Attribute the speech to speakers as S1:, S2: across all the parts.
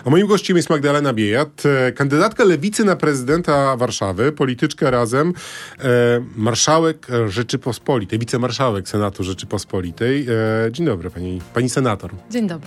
S1: A moim gościem jest Magdalena Biejat, kandydatka Lewicy na prezydenta Warszawy, polityczka Razem, marszałek Rzeczypospolitej, wicemarszałek Senatu Rzeczypospolitej. Dzień dobry, pani senator.
S2: Dzień dobry.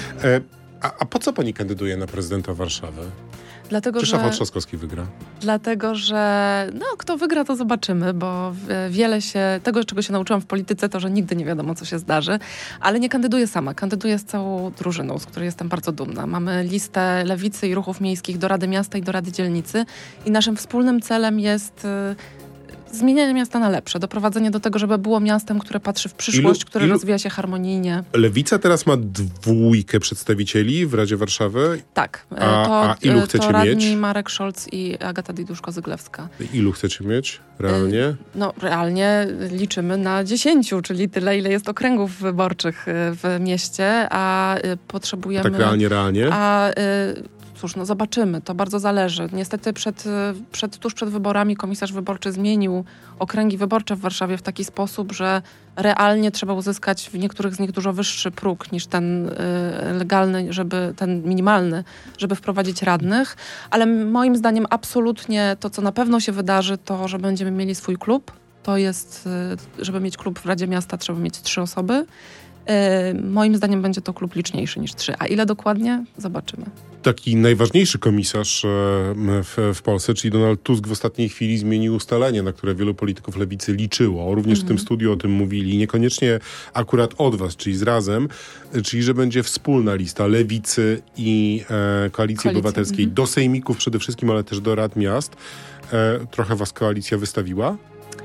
S1: A po co pani kandyduje na prezydenta Warszawy?
S2: Dlatego,
S1: Czy Rafał Trzaskowski wygra?
S2: Dlatego, że kto wygra, to zobaczymy, bo wiele tego, czego się nauczyłam w polityce, to, że nigdy nie wiadomo, co się zdarzy. Ale nie kandyduję sama, kandyduję z całą drużyną, z której jestem bardzo dumna. Mamy listę Lewicy i ruchów miejskich do Rady Miasta i do Rady Dzielnicy i naszym wspólnym celem jest zmienianie miasta na lepsze, doprowadzenie do tego, żeby było miastem, które patrzy w przyszłość, które rozwija się harmonijnie.
S1: Lewica teraz ma 2 przedstawicieli w Radzie Warszawy.
S2: Tak.
S1: A ilu chcecie
S2: radni
S1: mieć?
S2: Marek Scholz i Agata Diduszko-Zyglewska.
S1: Ilu chcecie mieć realnie?
S2: Realnie liczymy na 10, czyli tyle, ile jest okręgów wyborczych w mieście, a potrzebujemy...
S1: Tak realnie?
S2: Cóż, zobaczymy, to bardzo zależy. Niestety tuż przed wyborami komisarz wyborczy zmienił okręgi wyborcze w Warszawie w taki sposób, że realnie trzeba uzyskać w niektórych z nich dużo wyższy próg niż ten legalny, ten minimalny, żeby wprowadzić radnych. Ale moim zdaniem absolutnie to, co na pewno się wydarzy, to, że będziemy mieli swój klub. To jest, żeby mieć klub w Radzie Miasta, trzeba mieć 3 osoby. Moim zdaniem będzie to klub liczniejszy niż 3. A ile dokładnie? Zobaczymy.
S1: Taki najważniejszy komisarz w Polsce, czyli Donald Tusk, w ostatniej chwili zmienił ustalenie, na które wielu polityków lewicy liczyło. Również w tym studiu o tym mówili. Niekoniecznie akurat od was, czyli z Razem, czyli że będzie wspólna lista Lewicy i Koalicji Obywatelskiej do sejmików przede wszystkim, ale też do rad miast. Trochę was koalicja wystawiła?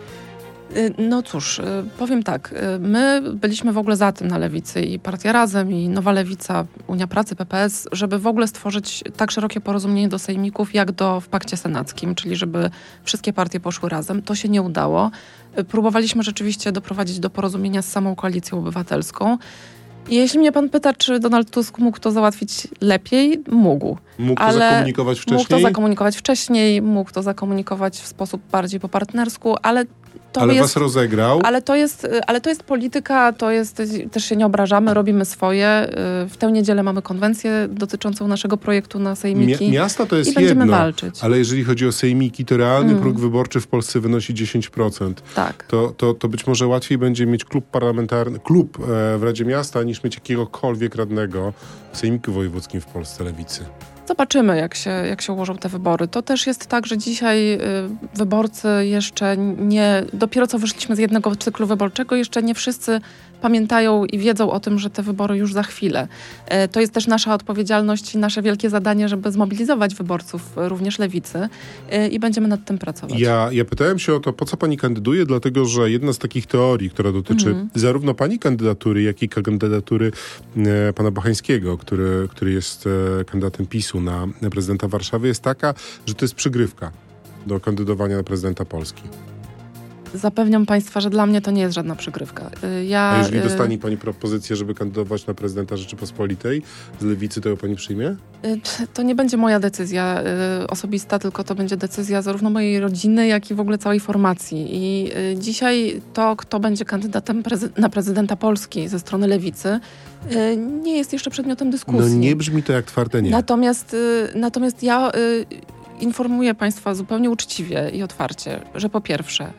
S2: No cóż, powiem tak, my byliśmy w ogóle za tym na Lewicy i Partia Razem i Nowa Lewica, Unia Pracy, PPS, żeby w ogóle stworzyć tak szerokie porozumienie do sejmików jak w pakcie senackim, czyli żeby wszystkie partie poszły razem. To się nie udało. Próbowaliśmy rzeczywiście doprowadzić do porozumienia z samą Koalicją Obywatelską. I jeśli mnie pan pyta, czy Donald Tusk mógł to załatwić lepiej, mógł.
S1: Mógł to zakomunikować wcześniej?
S2: Mógł to zakomunikować wcześniej, mógł to zakomunikować w sposób bardziej po partnersku, ale
S1: was rozegrał.
S2: Ale to jest polityka, też się nie obrażamy, robimy swoje. W tę niedzielę mamy konwencję dotyczącą naszego projektu na sejmiki.
S1: Miasta to jest
S2: i będziemy
S1: jedno,
S2: walczyć.
S1: Ale jeżeli chodzi o sejmiki, to realny próg wyborczy w Polsce wynosi 10%.
S2: Tak.
S1: To być może łatwiej będzie mieć klub parlamentarny, w Radzie Miasta, niż mieć jakiegokolwiek radnego w sejmiku wojewódzkim w Polsce Lewicy.
S2: Zobaczymy, jak się ułożą te wybory. To też jest tak, że dzisiaj wyborcy jeszcze dopiero co wyszliśmy z jednego cyklu wyborczego, jeszcze nie wszyscy pamiętają i wiedzą o tym, że te wybory już za chwilę. To jest też nasza odpowiedzialność i nasze wielkie zadanie, żeby zmobilizować wyborców również Lewicy i będziemy nad tym pracować.
S1: Ja pytałem się o to, po co pani kandyduje, dlatego że jedna z takich teorii, która dotyczy zarówno pani kandydatury, jak i kandydatury pana Bochańskiego, który jest kandydatem PiS-u na prezydenta Warszawy, jest taka, że to jest przygrywka do kandydowania na prezydenta Polski.
S2: Zapewniam państwa, że dla mnie to nie jest żadna przygrywka.
S1: A jeżeli dostanie pani propozycję, żeby kandydować na prezydenta Rzeczypospolitej z Lewicy, to ją pani przyjmie?
S2: To nie będzie moja decyzja osobista, tylko to będzie decyzja zarówno mojej rodziny, jak i w ogóle całej formacji. I dzisiaj to, kto będzie kandydatem na prezydenta Polski ze strony Lewicy, nie jest jeszcze przedmiotem dyskusji.
S1: No nie brzmi to jak twarde nie.
S2: Natomiast ja informuję państwa zupełnie uczciwie i otwarcie, że po pierwsze,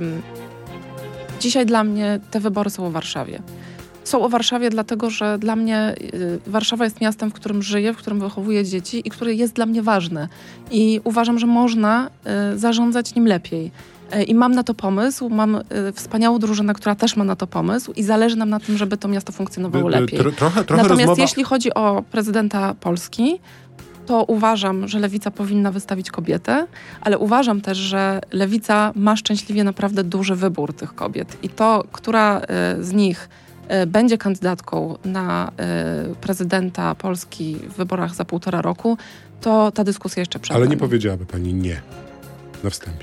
S2: dzisiaj dla mnie te wybory są o Warszawie. Są o Warszawie dlatego, że dla mnie Warszawa jest miastem, w którym żyję, w którym wychowuję dzieci i które jest dla mnie ważne. I uważam, że można zarządzać nim lepiej. I mam na to pomysł, mam wspaniałą drużynę, która też ma na to pomysł i zależy nam na tym, żeby to miasto funkcjonowało lepiej. Natomiast jeśli chodzi o prezydenta Polski, to uważam, że Lewica powinna wystawić kobietę, ale uważam też, że Lewica ma szczęśliwie naprawdę duży wybór tych kobiet. I to, która z nich będzie kandydatką na prezydenta Polski w wyborach za 1,5 roku, to ta dyskusja jeszcze przed nami.
S1: Ale nie powiedziałaby pani nie na wstępie.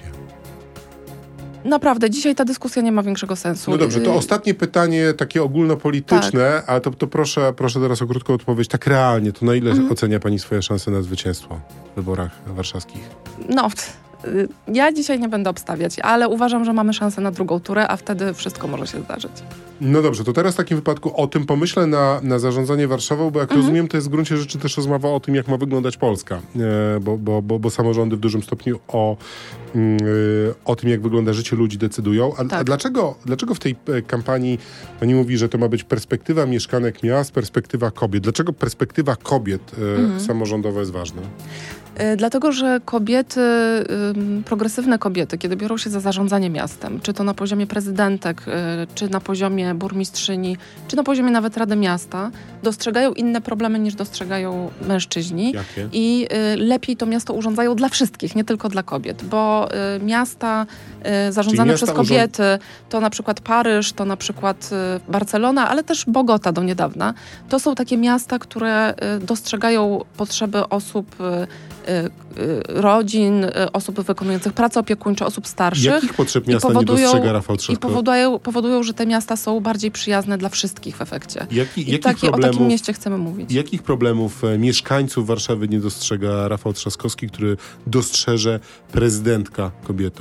S2: Naprawdę, dzisiaj ta dyskusja nie ma większego sensu.
S1: No dobrze, to ostatnie pytanie, takie ogólnopolityczne, tak. Ale to proszę teraz o krótką odpowiedź. Tak realnie, to na ile ocenia pani swoje szanse na zwycięstwo w wyborach warszawskich?
S2: No, Ja dzisiaj nie będę obstawiać, ale uważam, że mamy szansę na drugą turę, a wtedy wszystko może się zdarzyć.
S1: No dobrze, to teraz w takim wypadku o tym pomyślę na zarządzanie Warszawą, bo jak rozumiem, to jest w gruncie rzeczy też rozmowa o tym, jak ma wyglądać Polska, bo samorządy w dużym stopniu o tym, jak wygląda życie ludzi, decydują. A dlaczego w tej kampanii pani mówi, że to ma być perspektywa mieszkanek miast, perspektywa kobiet? Dlaczego perspektywa kobiet samorządowa jest ważna?
S2: Dlatego, że kobiety, progresywne kobiety, kiedy biorą się za zarządzanie miastem, czy to na poziomie prezydentek, czy na poziomie burmistrzyni, czy na poziomie nawet Rady Miasta, dostrzegają inne problemy niż dostrzegają mężczyźni.
S1: Jakie?
S2: I lepiej to miasto urządzają dla wszystkich, nie tylko dla kobiet, bo miasta zarządzane przez kobiety, to na przykład Paryż, to na przykład Barcelona, ale też Bogota do niedawna, to są takie miasta, które dostrzegają potrzeby osób, rodzin, osób wykonujących pracę opiekuńczą, osób starszych.
S1: Jakich potrzeb miasta nie dostrzega Rafał Trzaskowski?
S2: I powodują, że te miasta są bardziej przyjazne dla wszystkich w efekcie. O takim mieście chcemy mówić.
S1: Jakich problemów mieszkańców Warszawy nie dostrzega Rafał Trzaskowski, który dostrzeże prezydentka kobieta?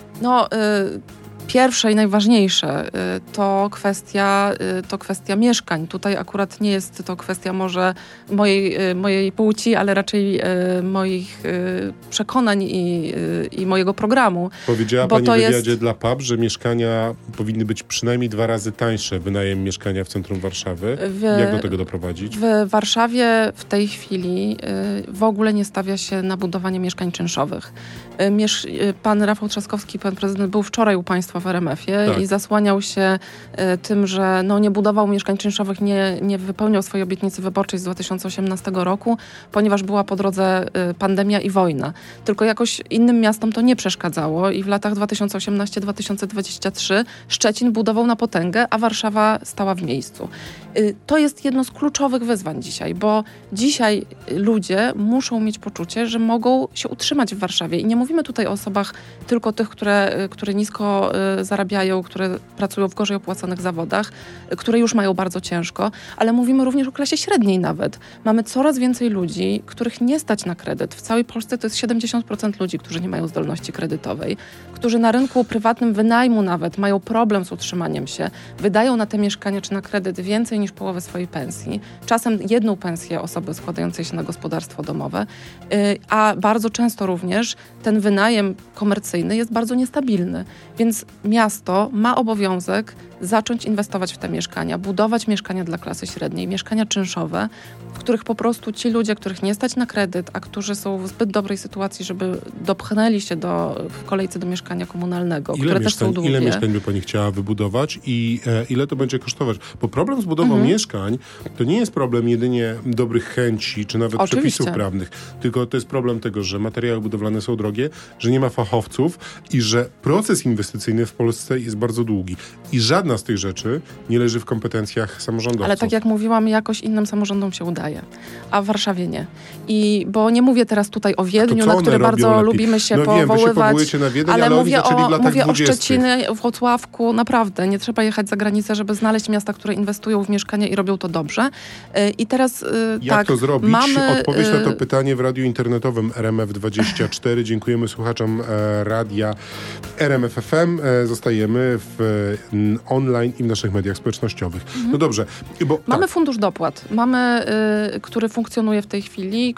S2: Pierwsze i najważniejsze to kwestia mieszkań. Tutaj akurat nie jest to kwestia może mojej płci, ale raczej moich przekonań i mojego programu.
S1: Powiedziała pani w wywiadzie dla PAP, że mieszkania powinny być przynajmniej 2 razy tańsze, wynajem mieszkania w centrum Warszawy. Jak do tego doprowadzić?
S2: W Warszawie w tej chwili w ogóle nie stawia się na budowanie mieszkań czynszowych. Pan Rafał Trzaskowski, pan prezydent, był wczoraj u państwa w RMF-ie i zasłaniał się tym, że nie budował mieszkań czynszowych, nie wypełniał swojej obietnicy wyborczej z 2018 roku, ponieważ była po drodze pandemia i wojna. Tylko jakoś innym miastom to nie przeszkadzało i w latach 2018-2023 Szczecin budował na potęgę, a Warszawa stała w miejscu. To jest jedno z kluczowych wyzwań dzisiaj, bo dzisiaj ludzie muszą mieć poczucie, że mogą się utrzymać w Warszawie. I nie mówimy tutaj o osobach tylko tych, które nisko zarabiają, które pracują w gorzej opłacanych zawodach, które już mają bardzo ciężko, ale mówimy również o klasie średniej nawet. Mamy coraz więcej ludzi, których nie stać na kredyt. W całej Polsce to jest 70% ludzi, którzy nie mają zdolności kredytowej, którzy na rynku prywatnym wynajmu nawet mają problem z utrzymaniem się, wydają na te mieszkania czy na kredyt więcej niż połowę swojej pensji, czasem 1 pensję osoby składającej się na gospodarstwo domowe, a bardzo często również ten wynajem komercyjny jest bardzo niestabilny. Więc miasto ma obowiązek zacząć inwestować w te mieszkania, budować mieszkania dla klasy średniej, mieszkania czynszowe, w których po prostu ci ludzie, których nie stać na kredyt, a którzy są w zbyt dobrej sytuacji, żeby dopchnęli się w kolejce do mieszkania komunalnego, które też są długie.
S1: Ile mieszkań by pani chciała wybudować i ile to będzie kosztować? Bo problem z budową mieszkań to nie jest problem jedynie dobrych chęci, czy nawet przepisów prawnych, tylko to jest problem tego, że materiały budowlane są drogie, że nie ma fachowców i że proces inwestycyjny w Polsce jest bardzo długi. I żadna z tych rzeczy nie leży w kompetencjach samorządowców.
S2: Ale tak jak mówiłam, jakoś innym samorządom się udaje, a w Warszawie nie. I nie mówię teraz tutaj o Wiedniu, na który bardzo lubimy się powoływać,
S1: wy się na Wiedeń,
S2: ale mówię o
S1: 20.
S2: Szczecinie, w Włocławku. Naprawdę, nie trzeba jechać za granicę, żeby znaleźć miasta, które inwestują w mieszkania i robią to dobrze. I teraz
S1: jak to zrobić? Odpowiedź na to pytanie w radiu internetowym RMF24. Dziękujemy słuchaczom radia RMF FM. Zostajemy online i w naszych mediach społecznościowych. No dobrze.
S2: Mamy fundusz dopłat. Który funkcjonuje w tej chwili,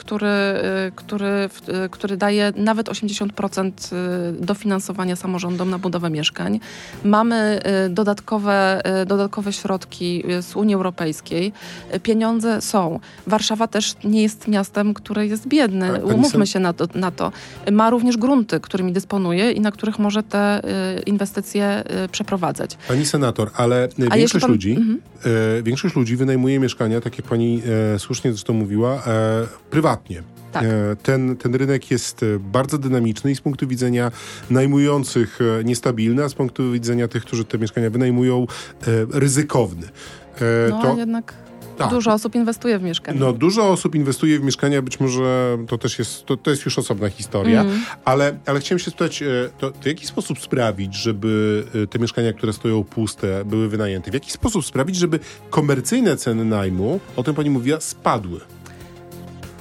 S2: który daje nawet 80% dofinansowania samorządom na budowę mieszkań. Mamy dodatkowe środki z Unii Europejskiej. Pieniądze są. Warszawa też nie jest miastem, które jest biedne. Umówmy się na to. Ma również grunty, którymi dysponuje i na których może te inwestycje przeprowadzać.
S1: Pani senator, ale większość ludzi wynajmuje mieszkania, tak jak pani słusznie zresztą mówiła, prywatnie. Tak. Ten rynek jest bardzo dynamiczny i z punktu widzenia najmujących niestabilny, a z punktu widzenia tych, którzy te mieszkania wynajmują, ryzykowny.
S2: Jednak... Tak. Dużo osób inwestuje w mieszkania.
S1: Dużo osób inwestuje w mieszkania, być może to jest już osobna historia, ale chciałem się spytać, to w jaki sposób sprawić, żeby te mieszkania, które stoją puste, były wynajęte? W jaki sposób sprawić, żeby komercyjne ceny najmu, o tym pani mówiła, spadły?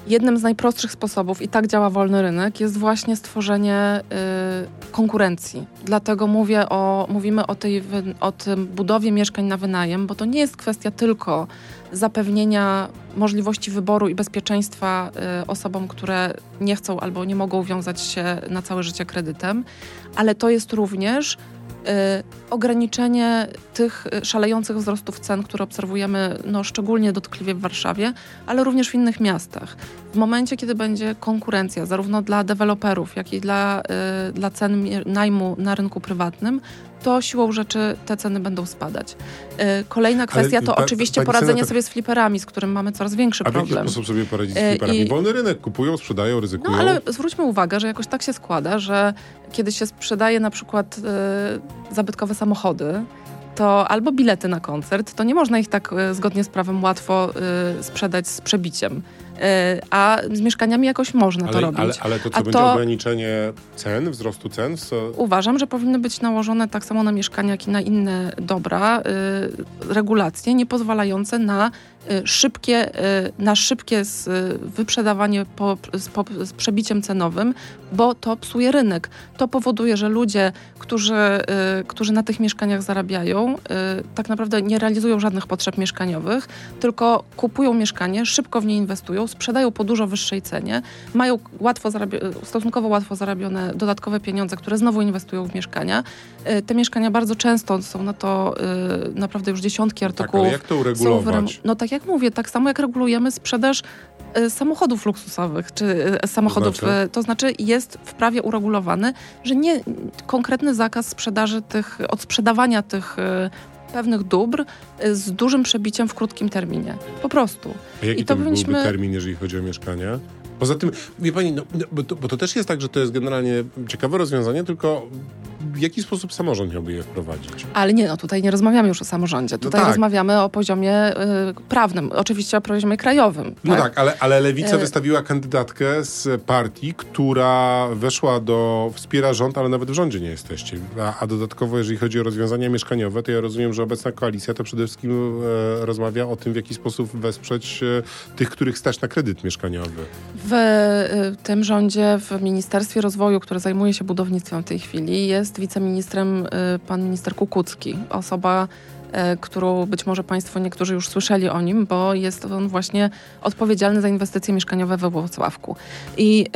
S2: jednym z najprostszych sposobów, i tak działa wolny rynek, jest właśnie stworzenie konkurencji. Dlatego mówimy o tym budowie mieszkań na wynajem, bo to nie jest kwestia tylko zapewnienia możliwości wyboru i bezpieczeństwa osobom, które nie chcą albo nie mogą wiązać się na całe życie kredytem, ale to jest również ograniczenie tych szalejących wzrostów cen, które obserwujemy szczególnie dotkliwie w Warszawie, ale również w innych miastach. W momencie, kiedy będzie konkurencja zarówno dla deweloperów, jak i dla cen najmu na rynku prywatnym, to siłą rzeczy te ceny będą spadać. Kolejna kwestia to oczywiście poradzenie sobie z fliperami, z którym mamy coraz większy problem.
S1: A w jaki sposób sobie poradzić z fliperami? Wolny rynek, kupują, sprzedają, ryzykują.
S2: Ale zwróćmy uwagę, że jakoś tak się składa, że kiedy się sprzedaje na przykład zabytkowe samochody, to albo bilety na koncert, to nie można ich tak zgodnie z prawem łatwo sprzedać z przebiciem. A z mieszkaniami jakoś można to robić.
S1: Ale to co, będzie ograniczenie cen, wzrostu cen?
S2: Uważam, że powinny być nałożone tak samo na mieszkania, jak i na inne dobra regulacje niepozwalające na szybkie wyprzedawanie z przebiciem cenowym, bo to psuje rynek. To powoduje, że ludzie, którzy na tych mieszkaniach zarabiają, tak naprawdę nie realizują żadnych potrzeb mieszkaniowych, tylko kupują mieszkanie, szybko w nie inwestują, sprzedają po dużo wyższej cenie, mają stosunkowo łatwo zarabione dodatkowe pieniądze, które znowu inwestują w mieszkania. Te mieszkania bardzo często są na to naprawdę już dziesiątki artykułów.
S1: Tak, ale jak to uregulować?
S2: Tak jak mówię, tak samo jak regulujemy sprzedaż samochodów luksusowych, czy samochodów, to znaczy jest w prawie uregulowany, że nie konkretny zakaz sprzedaży odsprzedawania tych pewnych dóbr z dużym przebiciem w krótkim terminie. Po prostu.
S1: A jaki to byłby termin, jeżeli chodzi o mieszkania? Poza tym, wie pani, bo to też jest tak, że to jest generalnie ciekawe rozwiązanie, tylko w jaki sposób samorząd miałby je wprowadzić?
S2: Ale nie, tutaj nie rozmawiamy już o samorządzie. Tutaj rozmawiamy o poziomie prawnym, oczywiście o poziomie krajowym.
S1: No tak, ale Lewica wystawiła kandydatkę z partii, która wspiera rząd, ale nawet w rządzie nie jesteście. A dodatkowo, jeżeli chodzi o rozwiązania mieszkaniowe, to ja rozumiem, że obecna koalicja to przede wszystkim rozmawia o tym, w jaki sposób wesprzeć tych, których stać na kredyt mieszkaniowy.
S2: W tym rządzie, w Ministerstwie Rozwoju, które zajmuje się budownictwem w tej chwili, jest wiceministrem pan minister Kukucki. Osoba, którą być może państwo niektórzy już słyszeli o nim, bo jest on właśnie odpowiedzialny za inwestycje mieszkaniowe we Włocławku. I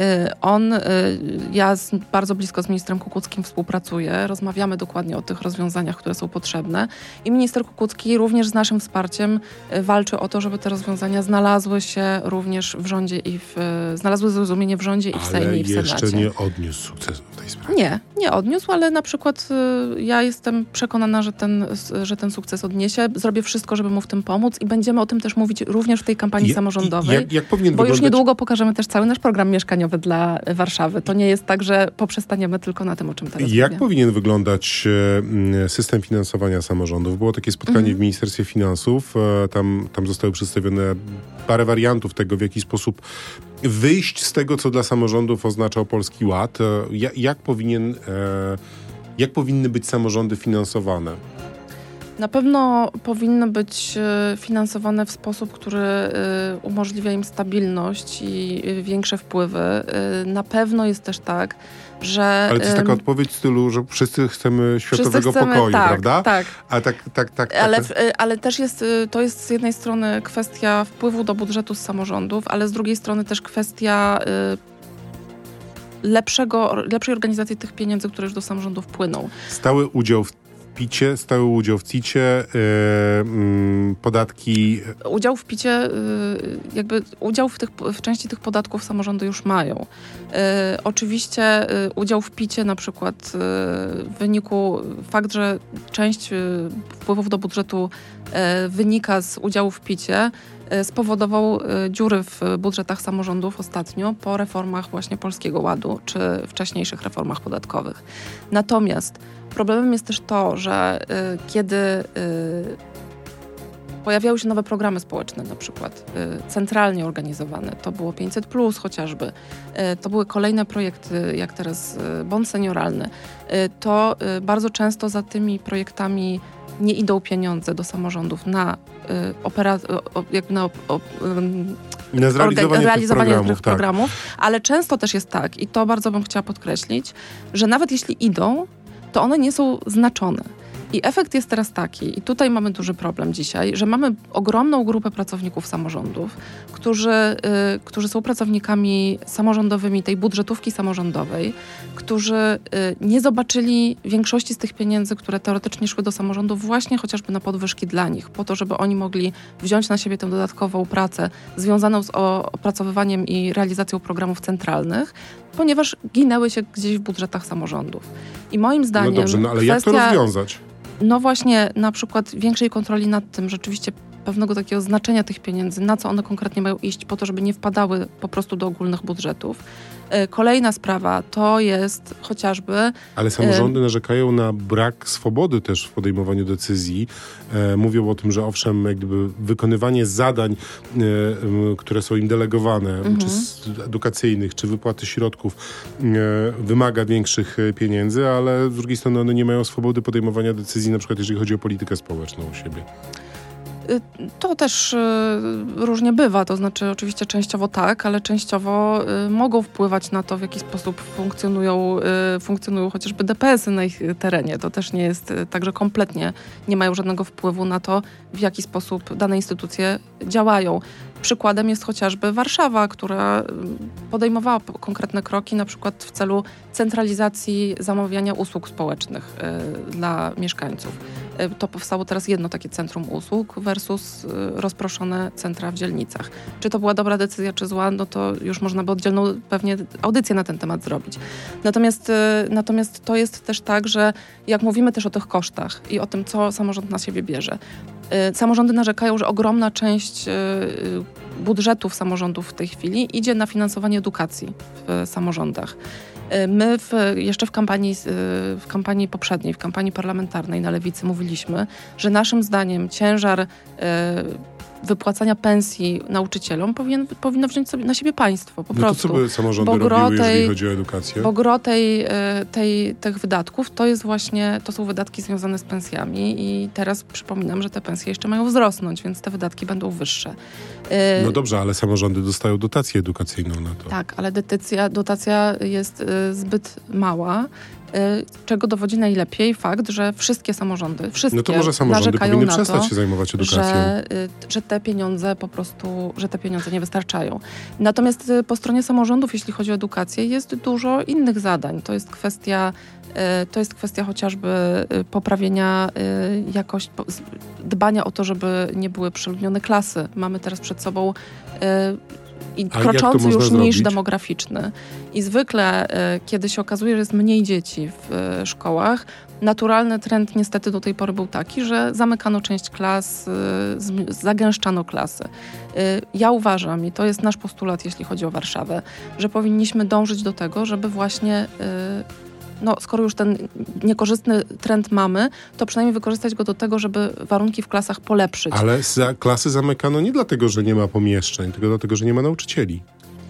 S2: ja bardzo blisko z ministrem Kukuckim współpracuję, rozmawiamy dokładnie o tych rozwiązaniach, które są potrzebne i minister Kukucki również z naszym wsparciem walczy o to, żeby te rozwiązania znalazły się również w rządzie znalazły zrozumienie w rządzie i w Sejmie i w Senacie.
S1: Ale jeszcze nie odniósł sukcesu w tej sprawie.
S2: Nie odniósł, ale na przykład ja jestem przekonana, że ten sukces odniesie. Zrobię wszystko, żeby mu w tym pomóc i będziemy o tym też mówić również w tej kampanii samorządowej.
S1: Jak powinien
S2: bo już niedługo pokażemy też cały nasz program mieszkaniowy dla Warszawy. To nie jest tak, że poprzestaniemy tylko na tym, o czym teraz mówię.
S1: Jak powinien wyglądać system finansowania samorządów? Było takie spotkanie w Ministerstwie Finansów. Tam zostały przedstawione parę wariantów tego, w jaki sposób wyjść z tego, co dla samorządów oznaczał Polski Ład. Jak powinny być samorządy finansowane?
S2: Na pewno powinny być finansowane w sposób, który umożliwia im stabilność i większe wpływy. Na pewno jest też tak, że...
S1: Ale to jest taka odpowiedź w stylu, że wszyscy chcemy światowego pokoju, prawda?
S2: Tak.
S1: A tak.
S2: Ale też to jest z jednej strony kwestia wpływu do budżetu z samorządów, ale z drugiej strony też kwestia lepszej organizacji tych pieniędzy, które już do samorządów płyną.
S1: Stały udział w PIT-cie, stały udział w CIT-cie, podatki...
S2: Udział w PIT-cie, udział w części tych podatków samorządy już mają. Oczywiście udział w PIT-cie na przykład w wyniku, fakt, że część wpływów do budżetu wynika z udziału w PIT-cie, spowodował dziury w budżetach samorządów ostatnio po reformach właśnie Polskiego Ładu, czy wcześniejszych reformach podatkowych. Natomiast problemem jest też to, że kiedy pojawiały się nowe programy społeczne, na przykład centralnie organizowane, to było 500+, chociażby, to były kolejne projekty, jak teraz bon senioralny, to bardzo często za tymi projektami nie idą pieniądze do samorządów na realizowanie tych programów, ale często też jest tak, i to bardzo bym chciała podkreślić, że nawet jeśli idą, to one nie są znaczone. I efekt jest teraz taki, i tutaj mamy duży problem dzisiaj, że mamy ogromną grupę pracowników samorządów, którzy są pracownikami samorządowymi, tej budżetówki samorządowej, którzy nie zobaczyli większości z tych pieniędzy, które teoretycznie szły do samorządów właśnie chociażby na podwyżki dla nich, po to, żeby oni mogli wziąć na siebie tę dodatkową pracę związaną z opracowywaniem i realizacją programów centralnych, ponieważ ginęły się gdzieś w budżetach samorządów. I moim zdaniem...
S1: No dobrze, ale jak to rozwiązać?
S2: No właśnie, na przykład większej kontroli nad tym, rzeczywiście pewnego takiego znaczenia tych pieniędzy, na co one konkretnie mają iść, po to, żeby nie wpadały po prostu do ogólnych budżetów. Kolejna sprawa to jest chociażby...
S1: Ale samorządy narzekają na brak swobody też w podejmowaniu decyzji. Mówią o tym, że owszem, jak gdyby wykonywanie zadań, które są im delegowane, czy edukacyjnych, czy wypłaty środków, wymaga większych pieniędzy, ale z drugiej strony one nie mają swobody podejmowania decyzji, na przykład jeżeli chodzi o politykę społeczną u siebie.
S2: To też różnie bywa, to znaczy oczywiście częściowo tak, ale częściowo mogą wpływać na to, w jaki sposób funkcjonują chociażby DPS-y na ich terenie. To też nie jest tak, że kompletnie nie mają żadnego wpływu na to, w jaki sposób dane instytucje działają. Przykładem jest chociażby Warszawa, która podejmowała konkretne kroki, na przykład w celu centralizacji zamawiania usług społecznych dla mieszkańców. To powstało teraz jedno takie centrum usług versus rozproszone centra w dzielnicach. Czy to była dobra decyzja, czy zła, no to już można by oddzielną pewnie audycję na ten temat zrobić. Natomiast to jest też tak, że jak mówimy też o tych kosztach i o tym, co samorząd na siebie bierze, samorządy narzekają, że ogromna część budżetów samorządów w tej chwili idzie na finansowanie edukacji w samorządach. My jeszcze w kampanii poprzedniej, w kampanii parlamentarnej na Lewicy mówiliśmy, że naszym zdaniem ciężar wypłacania pensji nauczycielom powinno wziąć sobie na siebie państwo, po prostu.
S1: To co by samorządy robiły, jeżeli chodzi o edukację?
S2: Bo gro tych wydatków to są wydatki związane z pensjami i teraz przypominam, że te pensje jeszcze mają wzrosnąć, więc te wydatki będą wyższe.
S1: No dobrze, ale samorządy dostają dotację edukacyjną na to.
S2: Tak, ale dotacja jest zbyt mała, czego dowodzi najlepiej fakt, że wszystkie samorządy
S1: No to może samorządy powinny przestać się zajmować edukacją.
S2: Że te pieniądze nie wystarczają. Natomiast po stronie samorządów, jeśli chodzi o edukację, jest dużo innych zadań. To jest kwestia chociażby poprawienia jakości, dbania o to, żeby nie były przeludnione klasy. Mamy teraz przed sobą i kroczący już niż demograficzny. I zwykle, kiedy się okazuje, że jest mniej dzieci w szkołach, naturalny trend niestety do tej pory był taki, że zamykano część klas, zagęszczano klasy. Ja uważam, i to jest nasz postulat, jeśli chodzi o Warszawę, że powinniśmy dążyć do tego, żeby właśnie skoro już ten niekorzystny trend mamy, to przynajmniej wykorzystać go do tego, żeby warunki w klasach polepszyć.
S1: Ale klasy zamykano nie dlatego, że nie ma pomieszczeń, tylko dlatego, że nie ma nauczycieli.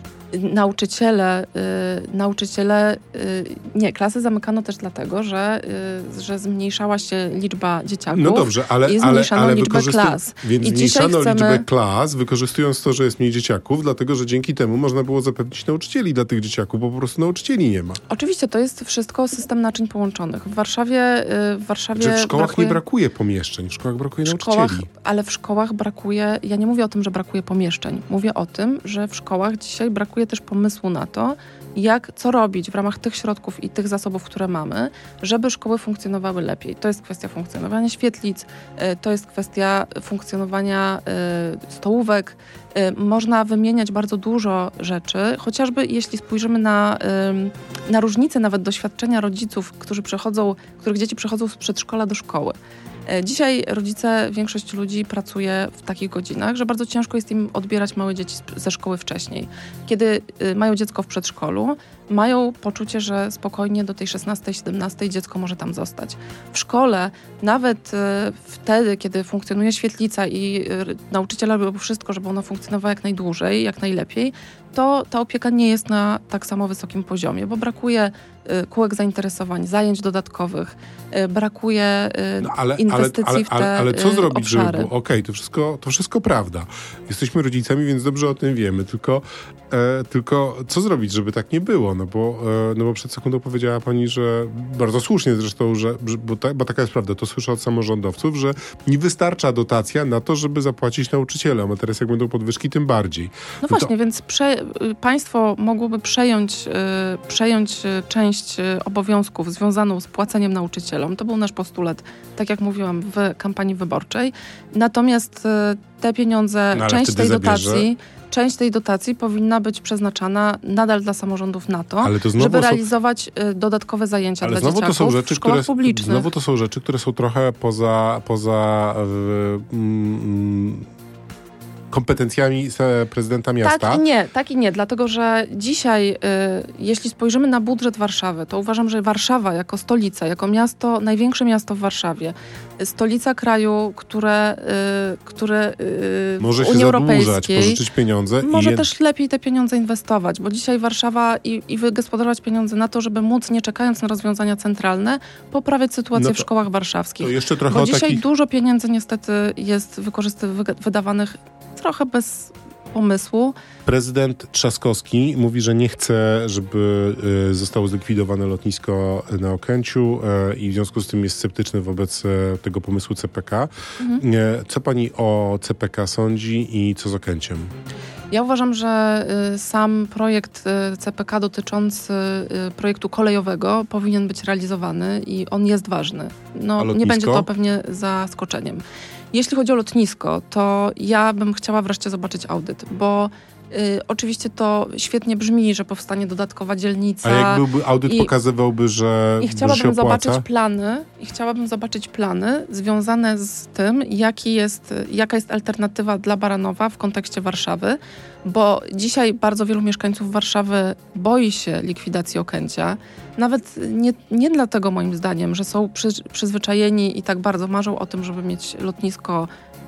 S1: Klasy zamykano też dlatego, że zmniejszała się liczba dzieciaków. No dobrze,
S2: i zmniejszano liczbę klas.
S1: Więc zmniejszano liczbę klas, wykorzystując to, że jest mniej dzieciaków, dlatego, że dzięki temu można było zapewnić nauczycieli dla tych dzieciaków, bo po prostu nauczycieli nie ma.
S2: Oczywiście, to jest wszystko system naczyń połączonych. W Warszawie
S1: że w szkołach nie brakuje pomieszczeń, w szkołach brakuje nauczycieli.
S2: Ale w szkołach brakuje, ja nie mówię o tym, że brakuje pomieszczeń. Mówię o tym, że w szkołach dzisiaj brakuje też pomysłu na to, co robić w ramach tych środków i tych zasobów, które mamy, żeby szkoły funkcjonowały lepiej. To jest kwestia funkcjonowania świetlic, to jest kwestia funkcjonowania stołówek. Można wymieniać bardzo dużo rzeczy, chociażby jeśli spojrzymy na różnicę nawet doświadczenia rodziców, których dzieci przechodzą z przedszkola do szkoły. Dzisiaj większość ludzi pracuje w takich godzinach, że bardzo ciężko jest im odbierać małe dzieci ze szkoły wcześniej. Kiedy mają dziecko w przedszkolu, mają poczucie, że spokojnie do tej 16-17 dziecko może tam zostać. W szkole, nawet wtedy, kiedy funkcjonuje świetlica i nauczyciele robią wszystko, żeby ona funkcjonowała jak najdłużej, jak najlepiej, to ta opieka nie jest na tak samo wysokim poziomie, bo brakuje kółek zainteresowań, zajęć dodatkowych, brakuje inwestycji w te
S1: ale co zrobić,
S2: obszary.
S1: żeby... Okej, to wszystko prawda. Jesteśmy rodzicami, więc dobrze o tym wiemy, tylko co zrobić, żeby tak nie było? No bo przed sekundą powiedziała pani, że bardzo słusznie zresztą, bo taka jest prawda, to słyszę od samorządowców, że nie wystarcza dotacja na to, żeby zapłacić nauczycielom, a teraz jak będą podwyżki, tym bardziej.
S2: No właśnie, więc państwo mogłoby przejąć część obowiązków związaną z płaceniem nauczycielom. To był nasz postulat, tak jak mówiłam, w kampanii wyborczej. Natomiast te pieniądze, część tej dotacji powinna być przeznaczana nadal dla samorządów na to, żeby realizować dodatkowe zajęcia dla dzieciaków w szkołach publicznych.
S1: Znowu to są rzeczy, które są trochę poza kompetencjami prezydenta miasta.
S2: Tak i nie, dlatego że dzisiaj, jeśli spojrzymy na budżet Warszawy, to uważam, że Warszawa jako stolica, jako miasto, największe miasto w Warszawie, stolica kraju, które
S1: może
S2: w Unii
S1: się
S2: Europejskiej
S1: zadłużać, pożyczyć pieniądze.
S2: Może też lepiej te pieniądze inwestować, bo dzisiaj Warszawa i wygospodarować pieniądze na to, żeby móc, nie czekając na rozwiązania centralne, poprawiać sytuację w szkołach warszawskich.
S1: To jeszcze trochę
S2: bo dzisiaj dużo pieniędzy niestety jest wydawanych trochę bez pomysłu.
S1: Prezydent Trzaskowski mówi, że nie chce, żeby zostało zlikwidowane lotnisko na Okęciu i w związku z tym jest sceptyczny wobec tego pomysłu CPK. Co pani o CPK sądzi i co z Okęciem?
S2: Ja uważam, że sam projekt CPK dotyczący projektu kolejowego powinien być realizowany i on jest ważny. Nie będzie to pewnie zaskoczeniem. Jeśli chodzi o lotnisko, to ja bym chciała wreszcie zobaczyć audyt, bo oczywiście to świetnie brzmi, że powstanie dodatkowa dzielnica.
S1: A jak byłby audyt, pokazywałby, że
S2: chciałabym zobaczyć plany związane z tym, jaka jest alternatywa dla Baranowa w kontekście Warszawy, bo dzisiaj bardzo wielu mieszkańców Warszawy boi się likwidacji Okęcia. Nawet nie dlatego moim zdaniem, że są przyzwyczajeni i tak bardzo marzą o tym, żeby mieć lotnisko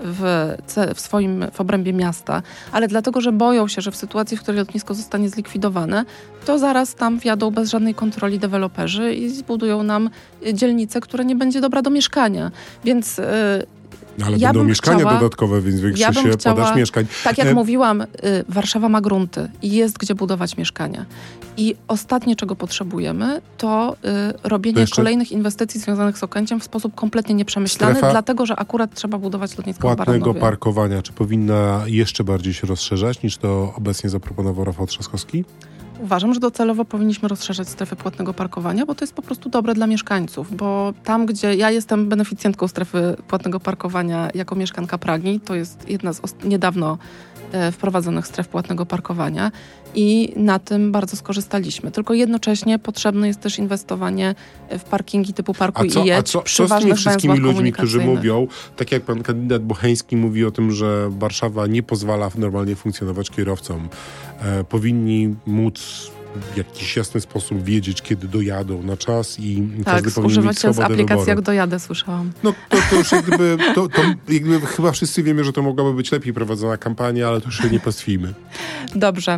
S2: w obrębie miasta, ale dlatego, że boją się, że w sytuacji, w której lotnisko zostanie zlikwidowane, to zaraz tam wjadą bez żadnej kontroli deweloperzy i zbudują nam dzielnicę, która nie będzie dobra do mieszkania. Więc
S1: ale będą mieszkania dodatkowe, więc większy się podaż mieszkań.
S2: Tak jak mówiłam, Warszawa ma grunty i jest gdzie budować mieszkania. I ostatnie, czego potrzebujemy, to robienie kolejnych inwestycji związanych z Okęciem w sposób kompletnie nieprzemyślany, dlatego, że akurat trzeba budować lotnisko w Baranowie.
S1: Płatnego parkowania, czy powinna jeszcze bardziej się rozszerzać, niż to obecnie zaproponował Rafał Trzaskowski?
S2: Uważam, że docelowo powinniśmy rozszerzać strefy płatnego parkowania, bo to jest po prostu dobre dla mieszkańców, bo tam, gdzie ja jestem beneficjentką strefy płatnego parkowania jako mieszkanka Pragi, to jest jedna z niedawno wprowadzonych stref płatnego parkowania i na tym bardzo skorzystaliśmy. Tylko jednocześnie potrzebne jest też inwestowanie w parkingi typu Parkuj i Jedź przy ważnych węzłach komunikacyjnych.
S1: A co z tymi wszystkimi ludźmi, którzy mówią, tak jak pan kandydat Bocheński mówi o tym, że Warszawa nie pozwala normalnie funkcjonować kierowcom. Powinni móc w jakiś jasny sposób wiedzieć, kiedy dojadą na czas i każdy powinien mieć swobodę
S2: z aplikacji
S1: wyboru.
S2: Jak dojadę, słyszałam.
S1: No to już jakby chyba wszyscy wiemy, że to mogłaby być lepiej prowadzona kampania, ale to już się nie pastwimy.
S2: Dobrze.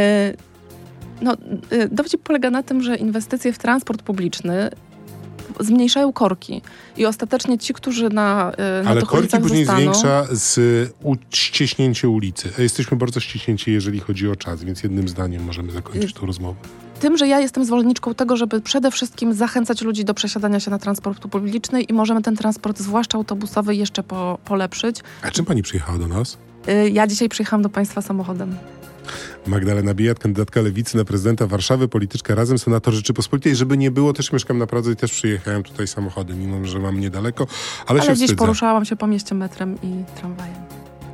S2: Dowcip polega na tym, że inwestycje w transport publiczny zmniejszają korki. I ostatecznie ci, którzy na
S1: ale
S2: tych
S1: korki
S2: ulicach
S1: później
S2: zostaną...
S1: zwiększa ścieśnięcie ulicy. Jesteśmy bardzo ściśnięci, jeżeli chodzi o czas, więc jednym zdaniem możemy zakończyć tę rozmowę.
S2: Tym, że ja jestem zwolenniczką tego, żeby przede wszystkim zachęcać ludzi do przesiadania się na transport publiczny i możemy ten transport, zwłaszcza autobusowy, jeszcze polepszyć.
S1: A czym pani przyjechała do nas?
S2: Ja dzisiaj przyjechałam do państwa samochodem.
S1: Magdalena Biejat, kandydatka Lewicy na prezydenta Warszawy, polityczka Razem, senator Rzeczypospolitej. Żeby nie było, też mieszkam na Pradze i też przyjechałem tutaj samochodem, mimo że mam niedaleko, ale się wstydzę.
S2: Dziś poruszałam się po mieście metrem i tramwajem.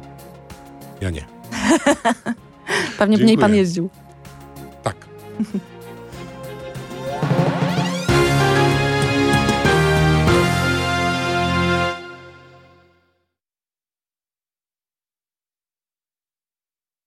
S1: Ja nie.
S2: Pewnie w niej pan jeździł.
S1: Tak.